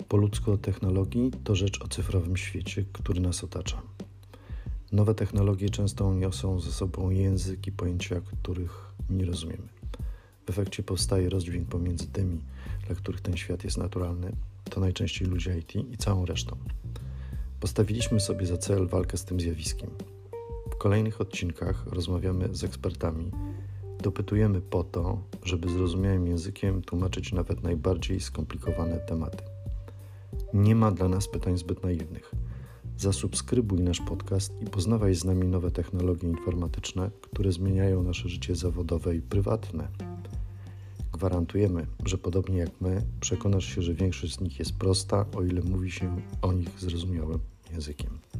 Po ludzku od technologii to rzecz o cyfrowym świecie, który nas otacza. Nowe technologie często niosą ze sobą język i pojęcia, których nie rozumiemy. W efekcie powstaje rozdźwięk pomiędzy tymi, dla których ten świat jest naturalny, to najczęściej ludzie IT i całą resztą. Postawiliśmy sobie za cel walkę z tym zjawiskiem. W kolejnych odcinkach rozmawiamy z ekspertami, dopytujemy po to, żeby zrozumiałym językiem tłumaczyć nawet najbardziej skomplikowane tematy. Nie ma dla nas pytań zbyt naiwnych. Zasubskrybuj nasz podcast i poznawaj z nami nowe technologie informatyczne, które zmieniają nasze życie zawodowe i prywatne. Gwarantujemy, że podobnie jak my, przekonasz się, że większość z nich jest prosta, o ile mówi się o nich zrozumiałym językiem.